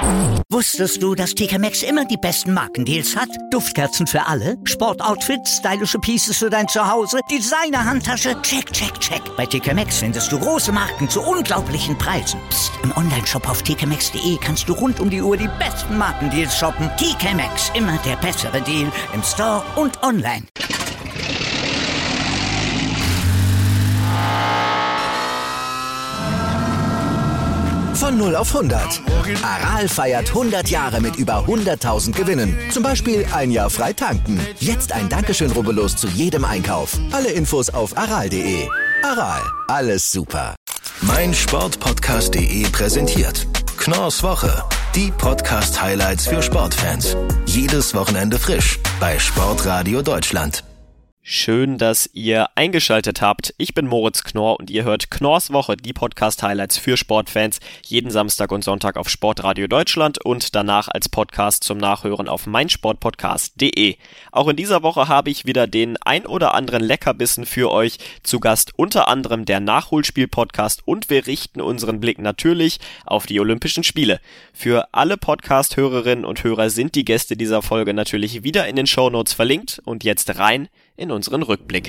Wusstest du, dass TK Maxx immer die besten Markendeals hat? Duftkerzen für alle, Sportoutfits, stylische Pieces für dein Zuhause, Designer-Handtasche, check, check, check. Bei TK Maxx findest du große Marken zu unglaublichen Preisen. Psst. Im Onlineshop auf tkmaxx.de kannst du rund um die Uhr die besten Markendeals shoppen. TK Maxx, immer der bessere Deal im Store und online. Von 0 auf 100. Aral feiert 100 Jahre mit über 100.000 Gewinnen. Zum Beispiel ein Jahr frei tanken. Jetzt ein Dankeschön, rubbellos zu jedem Einkauf. Alle Infos auf aral.de. Aral, alles super. meinsportpodcast.de präsentiert Knorrs Woche. Die Podcast-Highlights für Sportfans. Jedes Wochenende frisch bei Sportradio Deutschland. Schön, dass ihr eingeschaltet habt. Ich bin Moritz Knorr und ihr hört Knorrs Woche, die Podcast-Highlights für Sportfans, jeden Samstag und Sonntag auf Sportradio Deutschland und danach als Podcast zum Nachhören auf meinsportpodcast.de. Auch in dieser Woche habe ich wieder den ein oder anderen Leckerbissen für euch. Zu Gast unter anderem der Nachholspiel-Podcast und wir richten unseren Blick natürlich auf die Olympischen Spiele. Für alle Podcast-Hörerinnen und Hörer sind die Gäste dieser Folge natürlich wieder in den Shownotes verlinkt und jetzt rein in unseren Rückblick.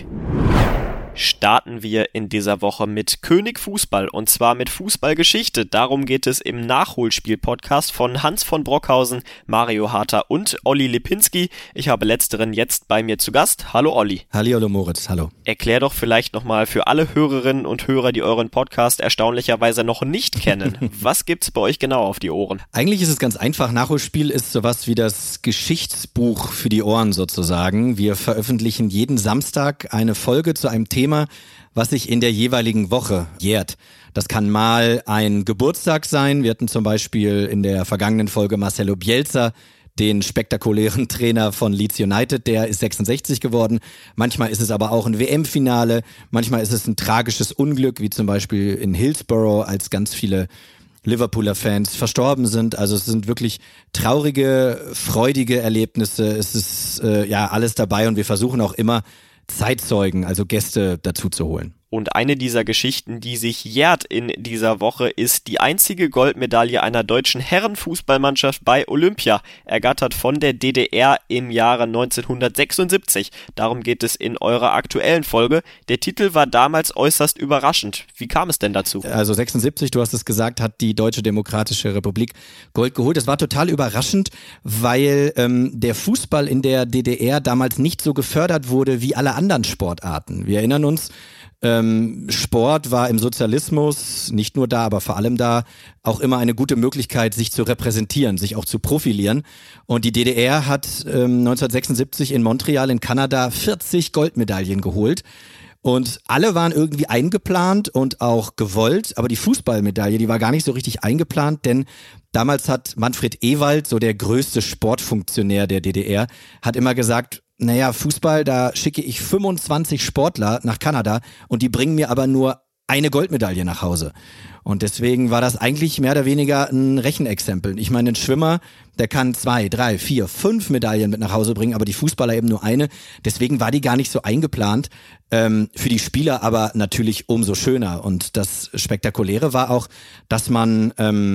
Starten wir in dieser Woche mit König Fußball und zwar mit Fußballgeschichte. Darum geht es im Nachholspiel-Podcast von Hans von Brockhausen, Mario Harter und Olli Lipinski. Ich habe letzteren jetzt bei mir zu Gast. Hallo Olli. Hallo Moritz, hallo. Erklär doch vielleicht nochmal für alle Hörerinnen und Hörer, die euren Podcast erstaunlicherweise noch nicht kennen. Was gibt's bei euch genau auf die Ohren? Eigentlich ist es ganz einfach. Nachholspiel ist sowas wie das Geschichtsbuch für die Ohren sozusagen. Wir veröffentlichen jeden Samstag eine Folge zu einem Thema, was sich in der jeweiligen Woche jährt. Das kann mal ein Geburtstag sein. Wir hatten zum Beispiel in der vergangenen Folge Marcelo Bielsa, den spektakulären Trainer von Leeds United, der ist 66 geworden. Manchmal ist es aber auch ein WM-Finale. Manchmal ist es ein tragisches Unglück, wie zum Beispiel in Hillsborough, als ganz viele Liverpooler Fans verstorben sind. Also es sind wirklich traurige, freudige Erlebnisse. Es ist alles dabei und wir versuchen auch immer Zeitzeugen, also Gäste dazu zu holen. Und eine dieser Geschichten, die sich jährt in dieser Woche, ist die einzige Goldmedaille einer deutschen Herrenfußballmannschaft bei Olympia, ergattert von der DDR im Jahre 1976. Darum geht es in eurer aktuellen Folge. Der Titel war damals äußerst überraschend. Wie kam es denn dazu? Also 76, du hast es gesagt, hat die Deutsche Demokratische Republik Gold geholt. Das war total überraschend, weil der Fußball in der DDR damals nicht so gefördert wurde wie alle anderen Sportarten. Wir erinnern uns, Sport war im Sozialismus, nicht nur da, aber vor allem da, auch immer eine gute Möglichkeit, sich zu repräsentieren, sich auch zu profilieren. Und die DDR hat 1976 in Montreal in Kanada 40 Goldmedaillen geholt. Und alle waren irgendwie eingeplant und auch gewollt, aber die Fußballmedaille, die war gar nicht so richtig eingeplant, denn damals hat Manfred Ewald, so der größte Sportfunktionär der DDR, hat immer gesagt, naja, Fußball, da schicke ich 25 Sportler nach Kanada und die bringen mir aber nur eine Goldmedaille nach Hause. Und deswegen war das eigentlich mehr oder weniger ein Rechenexempel. Ich meine, ein Schwimmer, der kann 2, 3, 4, 5 Medaillen mit nach Hause bringen, aber die Fußballer eben nur eine. Deswegen war die gar nicht so eingeplant. Für die Spieler aber natürlich umso schöner. Und das Spektakuläre war auch, dass man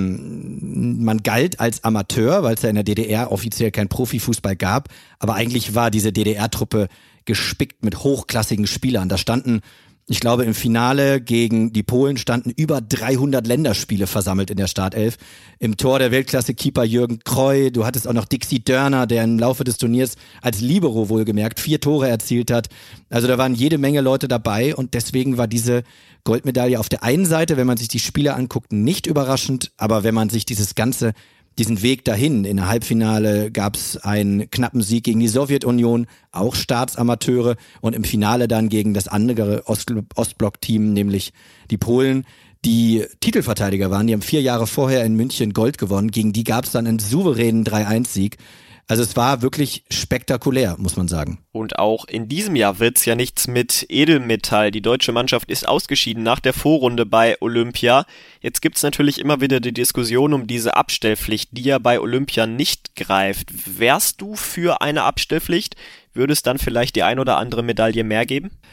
galt als Amateur, weil es ja in der DDR offiziell kein Profifußball gab. Aber eigentlich war diese DDR-Truppe gespickt mit hochklassigen Spielern. Da standen, ich glaube, im Finale gegen die Polen standen über 300 Länderspiele versammelt in der Startelf. Im Tor der Weltklasse-Keeper Jürgen Kreu. Du hattest auch noch Dixie Dörner, der im Laufe des Turniers als Libero wohlgemerkt 4 Tore erzielt hat. Also da waren jede Menge Leute dabei und deswegen war diese Goldmedaille auf der einen Seite, wenn man sich die Spiele anguckt, nicht überraschend. Aber wenn man sich diesen Weg dahin, in der Halbfinale gab es einen knappen Sieg gegen die Sowjetunion, auch Staatsamateure und im Finale dann gegen das andere Ostblock-Team, nämlich die Polen, die Titelverteidiger waren. Die haben 4 Jahre vorher in München Gold gewonnen, gegen die gab es dann einen souveränen 3-1-Sieg. Also es war wirklich spektakulär, muss man sagen. Und auch in diesem Jahr wird's ja nichts mit Edelmetall. Die deutsche Mannschaft ist ausgeschieden nach der Vorrunde bei Olympia. Jetzt gibt's natürlich immer wieder die Diskussion um diese Abstellpflicht, die ja bei Olympia nicht greift. Wärst du für eine Abstellpflicht? Würde es dann vielleicht die ein oder andere Medaille mehr geben?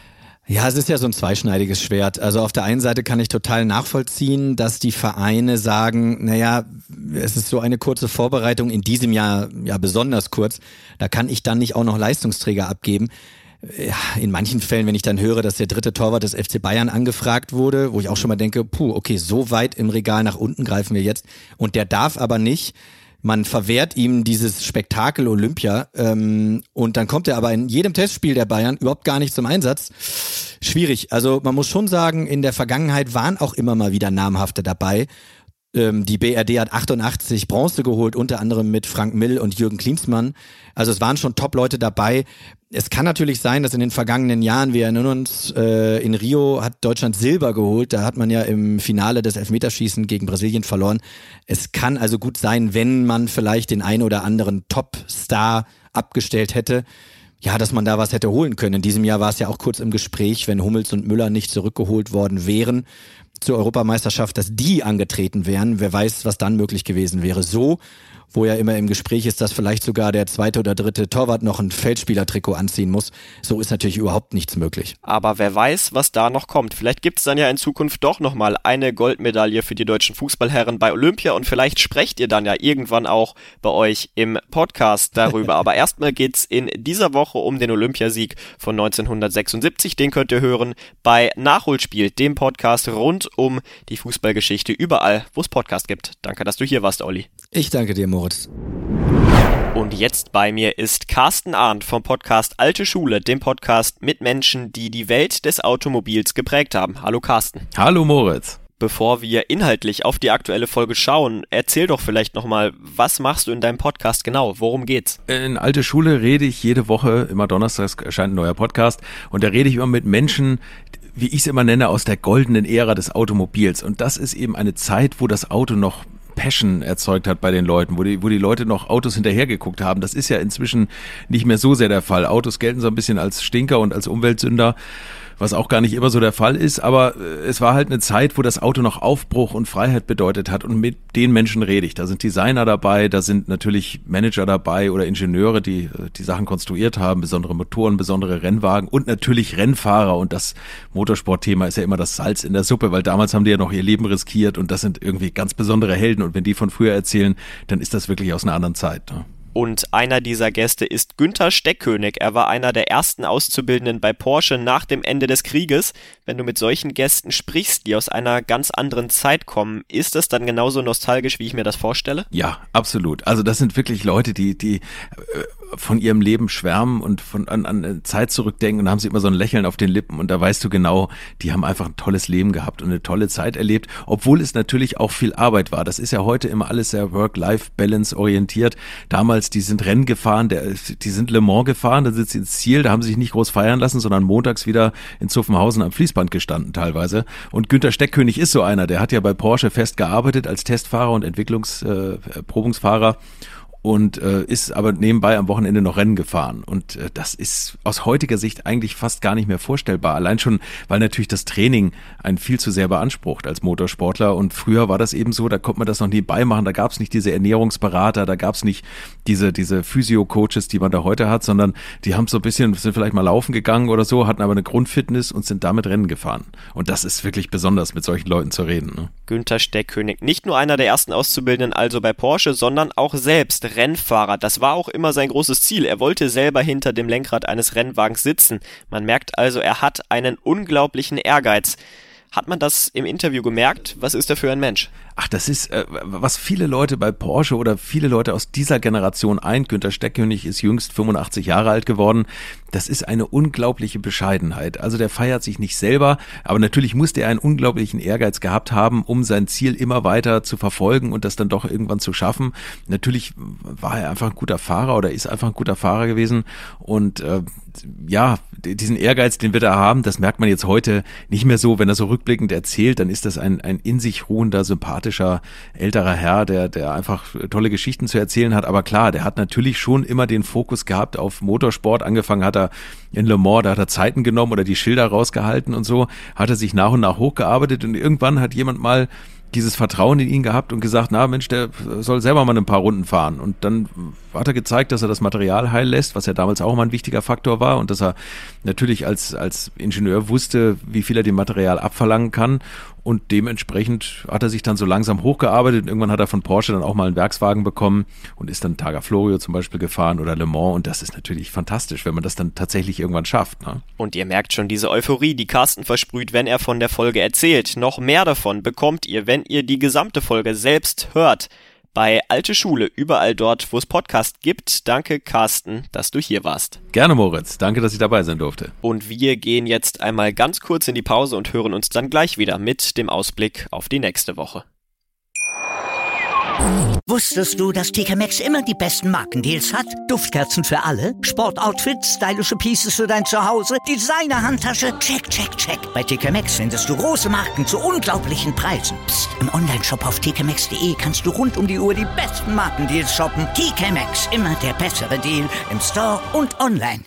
Ja, es ist ja so ein zweischneidiges Schwert. Also auf der einen Seite kann ich total nachvollziehen, dass die Vereine sagen, naja, es ist so eine kurze Vorbereitung, in diesem Jahr ja besonders kurz, da kann ich dann nicht auch noch Leistungsträger abgeben. Ja, in manchen Fällen, wenn ich dann höre, dass der dritte Torwart des FC Bayern angefragt wurde, wo ich auch schon mal denke, okay, so weit im Regal nach unten greifen wir jetzt und der darf aber nicht. Man verwehrt ihm dieses Spektakel Olympia und dann kommt er aber in jedem Testspiel der Bayern überhaupt gar nicht zum Einsatz. Schwierig. Also man muss schon sagen, in der Vergangenheit waren auch immer mal wieder Namhafte dabei. Die BRD hat 88 Bronze geholt, unter anderem mit Frank Mill und Jürgen Klinsmann. Also es waren schon Top-Leute dabei. Es kann natürlich sein, dass in den vergangenen Jahren, wir erinnern uns, in Rio hat Deutschland Silber geholt. Da hat man ja im Finale des Elfmeterschießen gegen Brasilien verloren. Es kann also gut sein, wenn man vielleicht den einen oder anderen Top-Star abgestellt hätte, ja, dass man da was hätte holen können. In diesem Jahr war es ja auch kurz im Gespräch, wenn Hummels und Müller nicht zurückgeholt worden wären zur Europameisterschaft, dass die angetreten wären. Wer weiß, was dann möglich gewesen wäre. So, wo ja immer im Gespräch ist, dass vielleicht sogar der zweite oder dritte Torwart noch ein Feldspielertrikot anziehen muss. So ist natürlich überhaupt nichts möglich. Aber wer weiß, was da noch kommt. Vielleicht gibt's dann ja in Zukunft doch nochmal eine Goldmedaille für die deutschen Fußballherren bei Olympia und vielleicht sprecht ihr dann ja irgendwann auch bei euch im Podcast darüber. Aber erstmal geht's in dieser Woche um den Olympiasieg von 1976. Den könnt ihr hören bei Nachholspiel, dem Podcast rund um die Fußballgeschichte überall, wo es Podcast gibt. Danke, dass du hier warst, Olli. Ich danke dir, Moritz. Und jetzt bei mir ist Carsten Arndt vom Podcast Alte Schule, dem Podcast mit Menschen, die die Welt des Automobils geprägt haben. Hallo Carsten. Hallo Moritz. Bevor wir inhaltlich auf die aktuelle Folge schauen, erzähl doch vielleicht nochmal, was machst du in deinem Podcast genau? Worum geht's? In Alte Schule rede ich jede Woche, immer donnerstags erscheint ein neuer Podcast und da rede ich immer mit Menschen, wie ich es immer nenne, aus der goldenen Ära des Automobils. Und das ist eben eine Zeit, wo das Auto noch Passion erzeugt hat bei den Leuten, wo die Leute noch Autos hinterhergeguckt haben. Das ist ja inzwischen nicht mehr so sehr der Fall. Autos gelten so ein bisschen als Stinker und als Umweltsünder, was auch gar nicht immer so der Fall ist, aber es war halt eine Zeit, wo das Auto noch Aufbruch und Freiheit bedeutet hat und mit den Menschen rede ich. Da sind Designer dabei, da sind natürlich Manager dabei oder Ingenieure, die Sachen konstruiert haben, besondere Motoren, besondere Rennwagen und natürlich Rennfahrer und das Motorsportthema ist ja immer das Salz in der Suppe, weil damals haben die ja noch ihr Leben riskiert und das sind irgendwie ganz besondere Helden und wenn die von früher erzählen, dann ist das wirklich aus einer anderen Zeit, ne? Und einer dieser Gäste ist Günther Steckkönig. Er war einer der ersten Auszubildenden bei Porsche nach dem Ende des Krieges. Wenn du mit solchen Gästen sprichst, die aus einer ganz anderen Zeit kommen, ist das dann genauso nostalgisch, wie ich mir das vorstelle? Ja, absolut. Also das sind wirklich Leute, die von ihrem Leben schwärmen und an eine Zeit zurückdenken und haben sie immer so ein Lächeln auf den Lippen und da weißt du genau, die haben einfach ein tolles Leben gehabt und eine tolle Zeit erlebt, obwohl es natürlich auch viel Arbeit war. Das ist ja heute immer alles sehr Work-Life-Balance orientiert. Damals, die sind Rennen gefahren, die sind Le Mans gefahren, da sind sie ins Ziel, da haben sie sich nicht groß feiern lassen, sondern montags wieder in Zuffenhausen am Fließband gestanden teilweise. Und Günther Steckkönig ist so einer, der hat ja bei Porsche fest gearbeitet als Testfahrer und Entwicklungsprobungsfahrer. Und ist aber nebenbei am Wochenende noch Rennen gefahren. Und das ist aus heutiger Sicht eigentlich fast gar nicht mehr vorstellbar. Allein schon, weil natürlich das Training einen viel zu sehr beansprucht als Motorsportler. Und früher war das eben so, da konnte man das noch nebenbei machen. Da gab es nicht diese Ernährungsberater, da gab es nicht diese Physio-Coaches, die man da heute hat, sondern die haben so ein bisschen, sind vielleicht mal laufen gegangen oder so, hatten aber eine Grundfitness und sind damit Rennen gefahren. Und das ist wirklich besonders, mit solchen Leuten zu reden, ne? Günther Steckkönig, nicht nur einer der ersten Auszubildenden also bei Porsche, sondern auch selbst Rennfahrer. Das war auch immer sein großes Ziel. Er wollte selber hinter dem Lenkrad eines Rennwagens sitzen. Man merkt also, er hat einen unglaublichen Ehrgeiz. Hat man das im Interview gemerkt? Was ist er für ein Mensch? Ach, das ist, was viele Leute bei Porsche oder viele Leute aus dieser Generation eint. Günther Steckkönig ist jüngst 85 Jahre alt geworden. Das ist eine unglaubliche Bescheidenheit. Also der feiert sich nicht selber, aber natürlich musste er einen unglaublichen Ehrgeiz gehabt haben, um sein Ziel immer weiter zu verfolgen und das dann doch irgendwann zu schaffen. Natürlich war er einfach ein guter Fahrer oder ist einfach ein guter Fahrer gewesen und ja, diesen Ehrgeiz, den wir da haben, das merkt man jetzt heute nicht mehr so. Wenn er so rückblickend erzählt, dann ist das ein in sich ruhender, sympathischer, älterer Herr, der einfach tolle Geschichten zu erzählen hat. Aber klar, der hat natürlich schon immer den Fokus gehabt auf Motorsport. Angefangen hat er in Le Mans, da hat er Zeiten genommen oder die Schilder rausgehalten und so, hat er sich nach und nach hochgearbeitet und irgendwann hat jemand mal dieses Vertrauen in ihn gehabt und gesagt, na Mensch, der soll selber mal ein paar Runden fahren. Und dann hat er gezeigt, dass er das Material heil lässt, was ja damals auch mal ein wichtiger Faktor war und dass er natürlich als Ingenieur wusste, wie viel er dem Material abverlangen kann. Und dementsprechend hat er sich dann so langsam hochgearbeitet. Und irgendwann hat er von Porsche dann auch mal einen Werkswagen bekommen und ist dann Targa Florio zum Beispiel gefahren oder Le Mans. Und das ist natürlich fantastisch, wenn man das dann tatsächlich irgendwann schafft. Ne? Und ihr merkt schon diese Euphorie, die Carsten versprüht, wenn er von der Folge erzählt. Noch mehr davon bekommt ihr, wenn ihr die gesamte Folge selbst hört. Bei Alte Schule, überall dort, wo es Podcast gibt. Danke, Carsten, dass du hier warst. Gerne, Moritz. Danke, dass ich dabei sein durfte. Und wir gehen jetzt einmal ganz kurz in die Pause und hören uns dann gleich wieder mit dem Ausblick auf die nächste Woche. Wusstest du, dass TK Maxx immer die besten Markendeals hat? Duftkerzen für alle, Sportoutfits, stylische Pieces für dein Zuhause, Designer-Handtasche, check, check, check. Bei TK Maxx findest du große Marken zu unglaublichen Preisen. Psst. Im Onlineshop auf tkmaxx.de kannst du rund um die Uhr die besten Markendeals shoppen. TK Maxx, immer der bessere Deal im Store und online.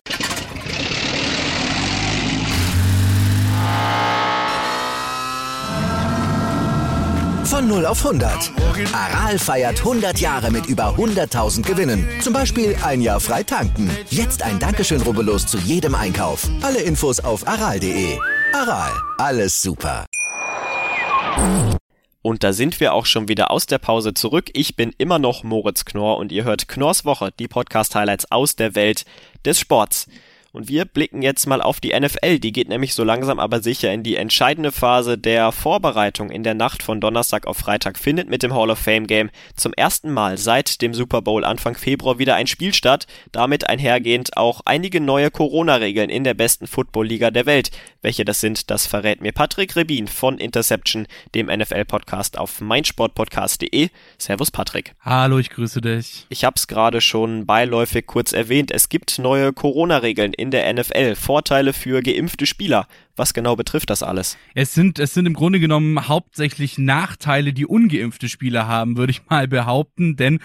Von 0 auf 100. Aral feiert 100 Jahre mit über 100.000 Gewinnen. Zum Beispiel ein Jahr frei tanken. Jetzt ein Dankeschön, rubbellos zu jedem Einkauf. Alle Infos auf aral.de. Aral, alles super. Und da sind wir auch schon wieder aus der Pause zurück. Ich bin immer noch Moritz Knorr und ihr hört Knorrs Woche, die Podcast-Highlights aus der Welt des Sports. Und wir blicken jetzt mal auf die NFL, die geht nämlich so langsam aber sicher in die entscheidende Phase der Vorbereitung. In der Nacht von Donnerstag auf Freitag findet mit dem Hall of Fame Game zum ersten Mal seit dem Super Bowl Anfang Februar wieder ein Spiel statt. Damit einhergehend auch einige neue Corona-Regeln in der besten Football-Liga der Welt. Welche das sind, das verrät mir Patrick Rebin von Interception, dem NFL-Podcast auf meinsportpodcast.de. Servus Patrick. Hallo, ich grüße dich. Ich hab's gerade schon beiläufig kurz erwähnt. Es gibt neue Corona-Regeln in der NFL, Vorteile für geimpfte Spieler. Was genau betrifft das alles? Es sind im Grunde genommen hauptsächlich Nachteile, die ungeimpfte Spieler haben, würde ich mal behaupten, denn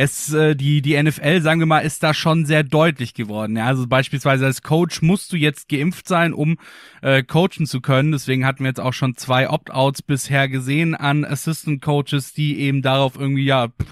die NFL, sagen wir mal, ist da schon sehr deutlich geworden. Ja, also beispielsweise als Coach musst du jetzt geimpft sein, um coachen zu können. Deswegen hatten wir jetzt auch schon 2 Opt-outs bisher gesehen an Assistant Coaches, die eben darauf irgendwie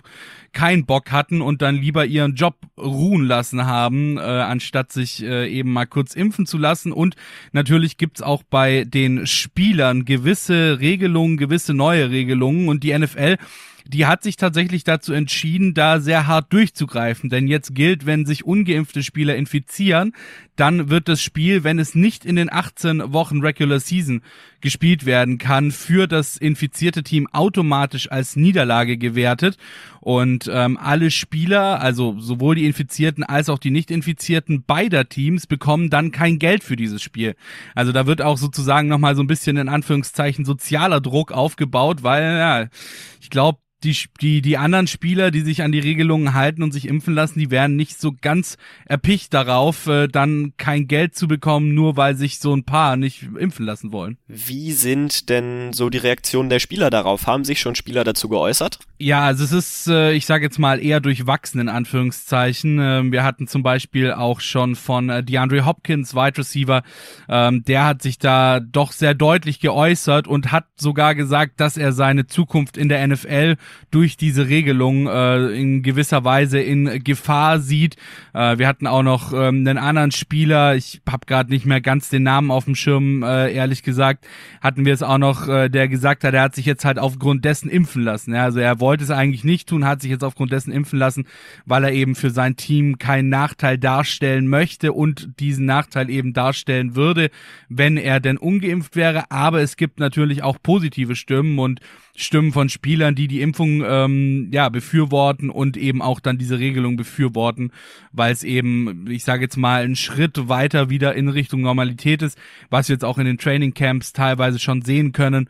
keinen Bock hatten und dann lieber ihren Job ruhen lassen haben, anstatt sich eben mal kurz impfen zu lassen. Und natürlich gibt's auch bei den Spielern gewisse Regelungen, gewisse neue Regelungen, und die NFL, die hat sich tatsächlich dazu entschieden, da sehr hart durchzugreifen. Denn jetzt gilt, wenn sich ungeimpfte Spieler infizieren, dann wird das Spiel, wenn es nicht in den 18 Wochen Regular Season gespielt werden kann, für das infizierte Team automatisch als Niederlage gewertet. Und alle Spieler, also sowohl die Infizierten als auch die Nicht-Infizierten beider Teams, bekommen dann kein Geld für dieses Spiel. Also da wird auch sozusagen nochmal so ein bisschen in Anführungszeichen sozialer Druck aufgebaut, weil ja, ich glaube, die anderen Spieler, die sich an die Regelungen halten und sich impfen lassen, die wären nicht so ganz erpicht darauf, dann kein Geld zu bekommen, nur weil sich so ein paar nicht impfen lassen wollen. Wie sind denn so die Reaktionen der Spieler darauf? Haben sich schon Spieler dazu geäußert? Ja, also es ist, ich sage jetzt mal, eher durchwachsen in Anführungszeichen. Wir hatten zum Beispiel auch schon von DeAndre Hopkins, Wide Receiver, der hat sich da doch sehr deutlich geäußert und hat sogar gesagt, dass er seine Zukunft in der NFL durch diese Regelung in gewisser Weise in Gefahr sieht. Wir hatten auch noch einen anderen Spieler, ich habe gerade nicht mehr ganz den Namen auf dem Schirm, ehrlich gesagt, hatten wir es auch noch, der gesagt hat, er hat sich jetzt halt aufgrund dessen impfen lassen. Ja, also er wollte es eigentlich nicht tun, hat sich jetzt aufgrund dessen impfen lassen, weil er eben für sein Team keinen Nachteil darstellen möchte und diesen Nachteil eben darstellen würde, wenn er denn ungeimpft wäre. Aber es gibt natürlich auch positive Stimmen und Stimmen von Spielern, die Impfung befürworten und eben auch dann diese Regelung befürworten, weil es eben, ich sage jetzt mal, ein Schritt weiter wieder in Richtung Normalität ist, was wir jetzt auch in den Trainingcamps teilweise schon sehen können,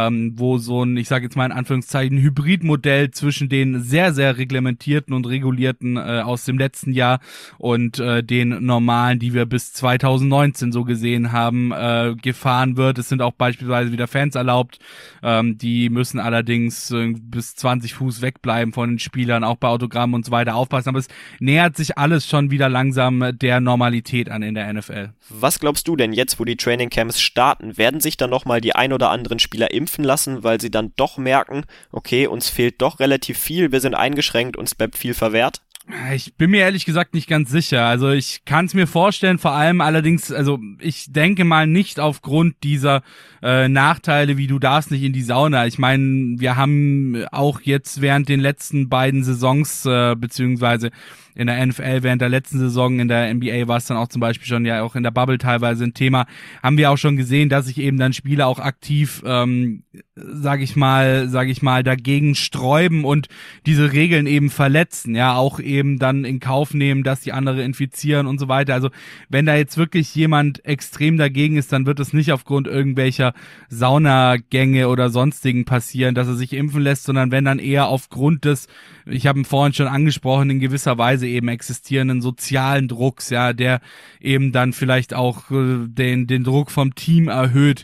wo so ein, ich sage jetzt mal in Anführungszeichen, Hybridmodell zwischen den sehr, sehr reglementierten und regulierten aus dem letzten Jahr und den normalen, die wir bis 2019 so gesehen haben, gefahren wird. Es sind auch beispielsweise wieder Fans erlaubt, die müssen allerdings bis 20 Fuß wegbleiben von den Spielern, auch bei Autogrammen und so weiter aufpassen. Aber es nähert sich alles schon wieder langsam der Normalität an in der NFL. Was glaubst du denn jetzt, wo die Trainingcamps starten? Werden sich dann nochmal die ein oder anderen Spieler impfen lassen, weil sie dann doch merken, okay, uns fehlt doch relativ viel, wir sind eingeschränkt, uns bleibt viel verwehrt? Ich bin mir ehrlich gesagt nicht ganz sicher. Also ich kann es mir vorstellen, vor allem allerdings, also ich denke mal nicht aufgrund dieser Nachteile, wie du darfst nicht in die Sauna. Ich meine, wir haben auch jetzt während den letzten beiden Saisons, beziehungsweise in der NFL während der letzten Saison, in der NBA war es dann auch zum Beispiel schon ja auch in der Bubble teilweise ein Thema, haben wir auch schon gesehen, dass sich eben dann Spieler auch aktiv, sag ich mal, dagegen sträuben und diese Regeln eben verletzen, ja, auch eben dann in Kauf nehmen, dass die andere infizieren und so weiter. Also wenn da jetzt wirklich jemand extrem dagegen ist, dann wird es nicht aufgrund irgendwelcher Saunagänge oder sonstigen passieren, dass er sich impfen lässt, sondern wenn dann eher aufgrund des, ich habe ihn vorhin schon angesprochen, in gewisser Weise eben existierenden sozialen Drucks, ja, der eben dann vielleicht auch den Druck vom Team erhöht,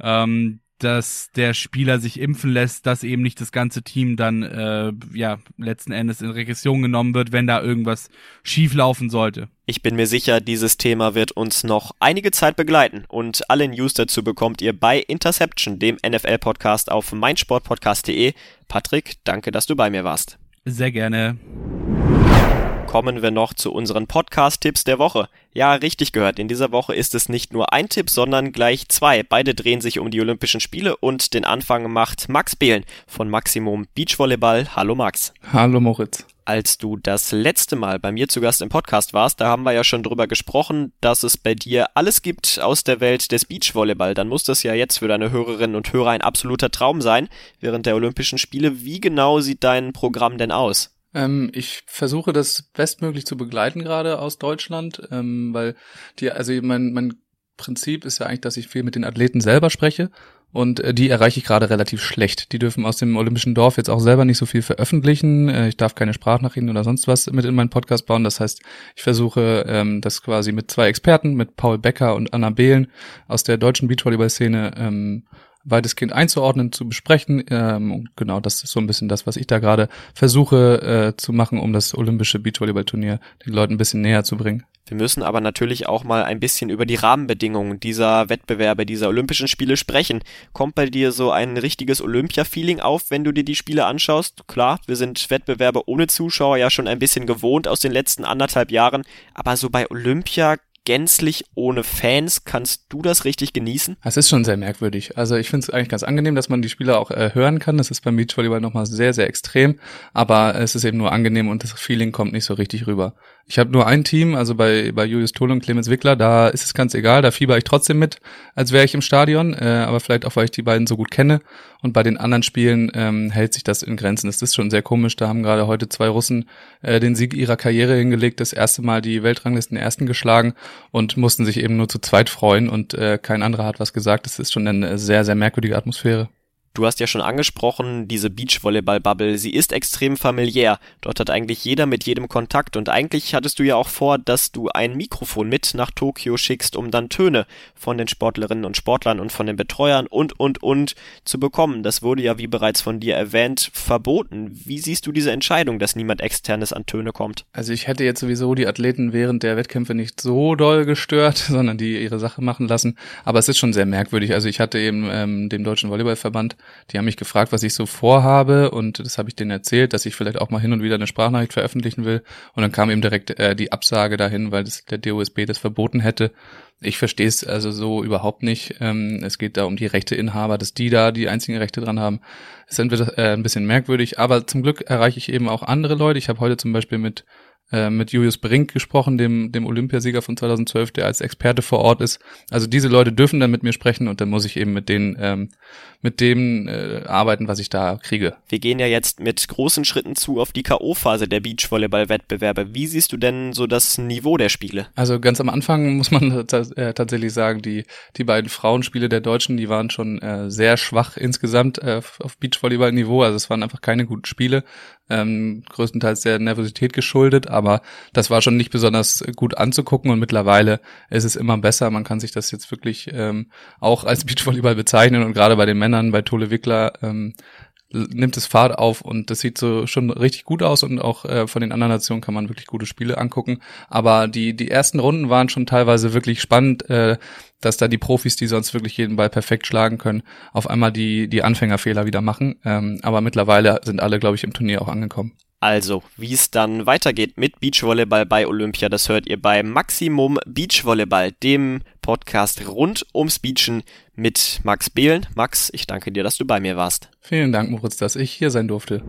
dass der Spieler sich impfen lässt, dass eben nicht das ganze Team dann letzten Endes in Regression genommen wird, wenn da irgendwas schieflaufen sollte. Ich bin mir sicher, dieses Thema wird uns noch einige Zeit begleiten und alle News dazu bekommt ihr bei Interception, dem NFL-Podcast auf meinsportpodcast.de. Patrick, danke, dass du bei mir warst. Sehr gerne. Kommen wir noch zu unseren Podcast-Tipps der Woche. Ja, richtig gehört, in dieser Woche ist es nicht nur ein Tipp, sondern gleich zwei. Beide drehen sich um die Olympischen Spiele und den Anfang macht Max Behlen von Maximum Beachvolleyball. Hallo Max. Hallo Moritz. Als du das letzte Mal bei mir zu Gast im Podcast warst, da haben wir ja schon drüber gesprochen, dass es bei dir alles gibt aus der Welt des Beachvolleyball. Dann muss das ja jetzt für deine Hörerinnen und Hörer ein absoluter Traum sein während der Olympischen Spiele. Wie genau sieht dein Programm denn aus? Ich versuche das bestmöglich zu begleiten gerade aus Deutschland, weil mein Prinzip ist ja eigentlich, dass ich viel mit den Athleten selber spreche und die erreiche ich gerade relativ schlecht. Die dürfen aus dem Olympischen Dorf jetzt auch selber nicht so viel veröffentlichen. Ich darf keine Sprachnachrichten oder sonst was mit in meinen Podcast bauen. Das heißt, ich versuche das quasi mit zwei Experten, mit Paul Becker und Anna Behlen aus der deutschen Beachvolleyball-Szene weitestgehend einzuordnen, zu besprechen. Genau, das ist so ein bisschen das, was ich da gerade versuche zu machen, um das olympische Beachvolleyball-Turnier den Leuten ein bisschen näher zu bringen. Wir müssen aber natürlich auch mal ein bisschen über die Rahmenbedingungen dieser Wettbewerbe, dieser Olympischen Spiele sprechen. Kommt bei dir so ein richtiges Olympia-Feeling auf, wenn du dir die Spiele anschaust? Klar, wir sind Wettbewerbe ohne Zuschauer ja schon ein bisschen gewohnt aus den letzten 1,5 Jahren, aber so bei Olympia gänzlich ohne Fans, kannst du das richtig genießen? Es ist schon sehr merkwürdig. Also ich finde es eigentlich ganz angenehm, dass man die Spieler auch hören kann. Das ist beim Beachvolleyball nochmal sehr, sehr extrem, aber es ist eben nur angenehm und das Feeling kommt nicht so richtig rüber. Ich habe nur ein Team, also bei Julius Tole und Clemens Wickler, da ist es ganz egal, da fieber ich trotzdem mit, als wäre ich im Stadion, aber vielleicht auch, weil ich die beiden so gut kenne. Und bei den anderen Spielen hält sich das in Grenzen. Das ist schon sehr komisch, da haben gerade heute 2 Russen den Sieg ihrer Karriere hingelegt, das erste Mal die Weltranglisten Ersten geschlagen und mussten sich eben nur zu zweit freuen und kein anderer hat was gesagt. Das ist schon eine sehr, sehr merkwürdige Atmosphäre. Du hast ja schon angesprochen, diese Beachvolleyball-Bubble, sie ist extrem familiär. Dort hat eigentlich jeder mit jedem Kontakt und eigentlich hattest du ja auch vor, dass du ein Mikrofon mit nach Tokio schickst, um dann Töne von den Sportlerinnen und Sportlern und von den Betreuern und zu bekommen. Das wurde ja, wie bereits von dir erwähnt, verboten. Wie siehst du diese Entscheidung, dass niemand Externes an Töne kommt? Also ich hätte jetzt sowieso die Athleten während der Wettkämpfe nicht so doll gestört, sondern die ihre Sache machen lassen. Aber es ist schon sehr merkwürdig. Also ich hatte eben dem Deutschen Volleyballverband, die haben mich gefragt, was ich so vorhabe und das habe ich denen erzählt, dass ich vielleicht auch mal hin und wieder eine Sprachnachricht veröffentlichen will und dann kam eben direkt die Absage dahin, weil der DOSB das verboten hätte. Ich verstehe es also so überhaupt nicht. Es geht da um die Rechteinhaber, dass die da die einzigen Rechte dran haben. Es ist entweder ein bisschen merkwürdig, aber zum Glück erreiche ich eben auch andere Leute. Ich habe heute zum Beispiel mit Julius Brink gesprochen, dem Olympiasieger von 2012, der als Experte vor Ort ist. Also diese Leute dürfen dann mit mir sprechen und dann muss ich eben mit denen arbeiten, was ich da kriege. Wir gehen ja jetzt mit großen Schritten zu auf die K.O.-Phase der Beachvolleyball-Wettbewerbe. Wie siehst du denn so das Niveau der Spiele? Also ganz am Anfang muss man tatsächlich sagen, die beiden Frauenspiele der Deutschen, die waren schon sehr schwach insgesamt auf Beachvolleyball-Niveau. Also es waren einfach keine guten Spiele. Größtenteils der Nervosität geschuldet, aber das war schon nicht besonders gut anzugucken und mittlerweile ist es immer besser. Man kann sich das jetzt wirklich auch als Beachvolleyball bezeichnen und gerade bei den Männern, bei Tole Wickler nimmt es Fahrt auf und das sieht so schon richtig gut aus und auch von den anderen Nationen kann man wirklich gute Spiele angucken. Aber die ersten Runden waren schon teilweise wirklich spannend, dass da die Profis, die sonst wirklich jeden Ball perfekt schlagen können, auf einmal die Anfängerfehler wieder machen. Aber mittlerweile sind alle, glaube ich, im Turnier auch angekommen. Also, wie es dann weitergeht mit Beachvolleyball bei Olympia, das hört ihr bei Maximum Beachvolleyball, dem Podcast rund ums Beachen mit Max Behlen. Max, ich danke dir, dass du bei mir warst. Vielen Dank, Moritz, dass ich hier sein durfte.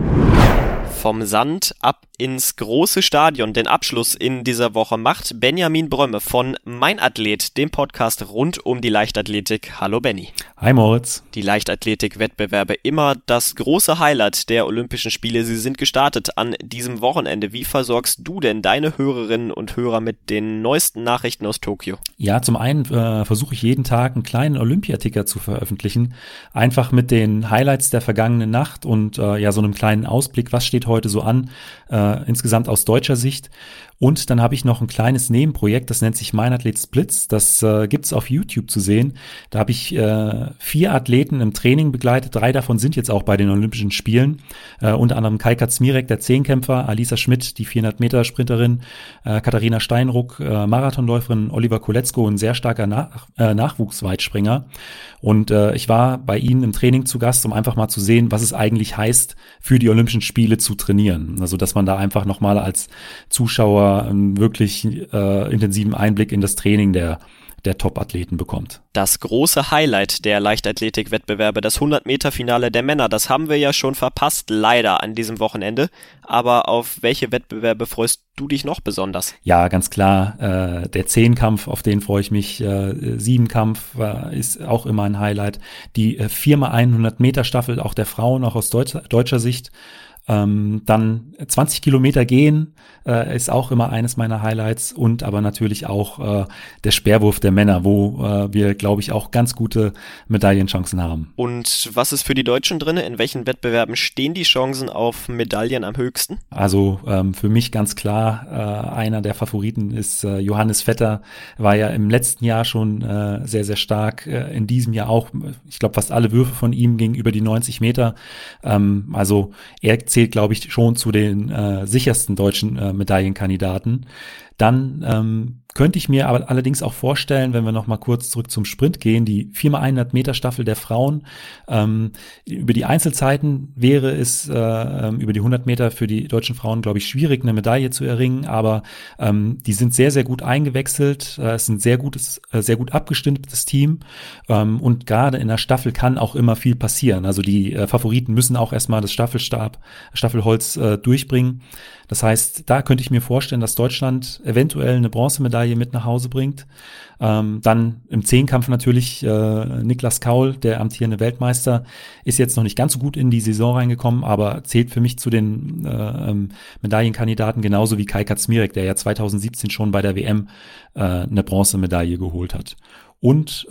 Vom Sand ab ins große Stadion. Den Abschluss in dieser Woche macht Benjamin Brömme von Mein Athlet, dem Podcast rund um die Leichtathletik. Hallo Benni. Hi Moritz. Die Leichtathletik-Wettbewerbe, immer das große Highlight der Olympischen Spiele. Sie sind gestartet an diesem Wochenende. Wie versorgst du denn deine Hörerinnen und Hörer mit den neuesten Nachrichten aus Tokio? Ja, zum einen versuche ich jeden Tag einen kleinen Olympiaticker zu veröffentlichen. Einfach mit den Highlights der vergangenen Nacht und so einem kleinen Ausblick, was steht heute so an, insgesamt aus deutscher Sicht. Und dann habe ich noch ein kleines Nebenprojekt, das nennt sich Mein Athlet Splits. Das gibt's auf YouTube zu sehen. Da habe ich 4 Athleten im Training begleitet. 3 davon sind jetzt auch bei den Olympischen Spielen. Unter anderem Kai Kaczmirek, der Zehnkämpfer, Alisa Schmidt, die 400-Meter-Sprinterin, Katharina Steinruck, Marathonläuferin, Oliver Koletzko, ein sehr starker Nachwuchsweitspringer. Und ich war bei ihnen im Training zu Gast, um einfach mal zu sehen, was es eigentlich heißt, für die Olympischen Spiele zu trainieren. Also, dass man da einfach nochmal als Zuschauer einen wirklich intensiven Einblick in das Training der Top-Athleten bekommt. Das große Highlight der Leichtathletik-Wettbewerbe, das 100-Meter-Finale der Männer, das haben wir ja schon verpasst, leider an diesem Wochenende. Aber auf welche Wettbewerbe freust du dich noch besonders? Ja, ganz klar, der Zehnkampf, auf den freue ich mich. Siebenkampf ist auch immer ein Highlight. Die 4x100-Meter-Staffel, auch der Frauen, auch aus deutscher Sicht. Dann 20 Kilometer gehen ist auch immer eines meiner Highlights und aber natürlich auch der Speerwurf der Männer, wo wir, glaube ich, auch ganz gute Medaillenchancen haben. Und was ist für die Deutschen drin? In welchen Wettbewerben stehen die Chancen auf Medaillen am höchsten? Also für mich ganz klar, einer der Favoriten ist Johannes Vetter, war ja im letzten Jahr schon sehr, sehr stark, in diesem Jahr auch, ich glaube, fast alle Würfe von ihm gingen über die 90 Meter. Also er zählt, glaube ich, schon zu den sichersten deutschen Medaillenkandidaten. Dann könnte ich mir aber allerdings auch vorstellen, wenn wir noch mal kurz zurück zum Sprint gehen, die 4x100 Meter Staffel der Frauen. Über die Einzelzeiten wäre es über die 100 Meter für die deutschen Frauen, glaube ich, schwierig, eine Medaille zu erringen, aber die sind sehr, sehr gut eingewechselt. Es ist ein sehr gut abgestimmtes Team und gerade in der Staffel kann auch immer viel passieren. Also die Favoriten müssen auch erstmal das Staffelholz durchbringen. Das heißt, da könnte ich mir vorstellen, dass Deutschland eventuell eine Bronzemedaille mit nach Hause bringt. Dann im Zehnkampf natürlich Niklas Kaul, der amtierende Weltmeister, ist jetzt noch nicht ganz so gut in die Saison reingekommen, aber zählt für mich zu den Medaillenkandidaten, genauso wie Kai Kaczmirek, der ja 2017 schon bei der WM eine Bronzemedaille geholt hat. Und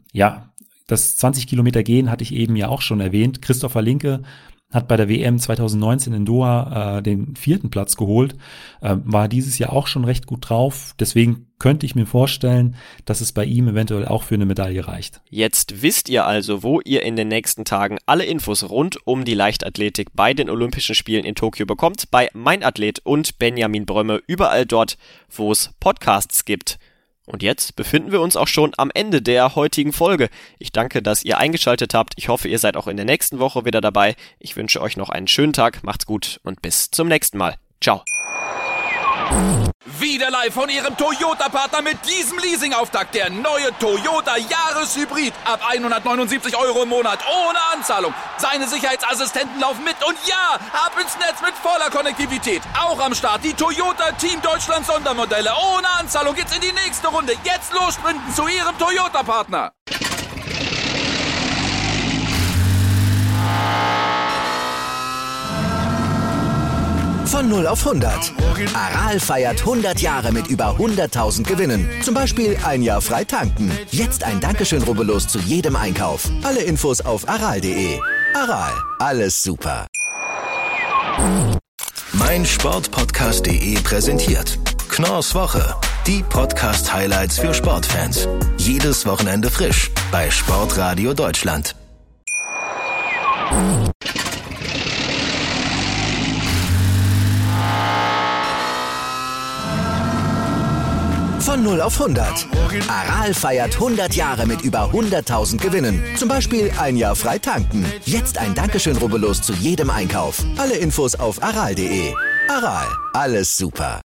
das 20 Kilometer Gehen hatte ich eben ja auch schon erwähnt. Christopher Linke hat bei der WM 2019 in Doha den 4. Platz geholt, war dieses Jahr auch schon recht gut drauf. Deswegen könnte ich mir vorstellen, dass es bei ihm eventuell auch für eine Medaille reicht. Jetzt wisst ihr also, wo ihr in den nächsten Tagen alle Infos rund um die Leichtathletik bei den Olympischen Spielen in Tokio bekommt. Bei Mein Athlet und Benjamin Brömme, überall dort, wo es Podcasts gibt. Und jetzt befinden wir uns auch schon am Ende der heutigen Folge. Ich danke, dass ihr eingeschaltet habt. Ich hoffe, ihr seid auch in der nächsten Woche wieder dabei. Ich wünsche euch noch einen schönen Tag. Macht's gut und bis zum nächsten Mal. Ciao. Wieder live von Ihrem Toyota-Partner mit diesem Leasing-Auftakt. Der neue Toyota Jahreshybrid. Ab 179 € im Monat. Ohne Anzahlung. Seine Sicherheitsassistenten laufen mit. Und ja, ab ins Netz mit voller Konnektivität. Auch am Start die Toyota Team Deutschland Sondermodelle. Ohne Anzahlung geht's in die nächste Runde. Jetzt los sprinten zu Ihrem Toyota-Partner. Von 0 auf 100. Aral feiert 100 Jahre mit über 100.000 Gewinnen. Zum Beispiel ein Jahr frei tanken. Jetzt ein Dankeschön, rubbellos zu jedem Einkauf. Alle Infos auf aral.de. Aral, alles super. meinsportpodcast.de präsentiert Knorrs Woche. Die Podcast-Highlights für Sportfans. Jedes Wochenende frisch bei Sportradio Deutschland. Von 0 auf 100. Aral feiert 100 Jahre mit über 100.000 Gewinnen. Zum Beispiel ein Jahr frei tanken. Jetzt ein Dankeschön, rubbellos zu jedem Einkauf. Alle Infos auf aral.de. Aral, alles super.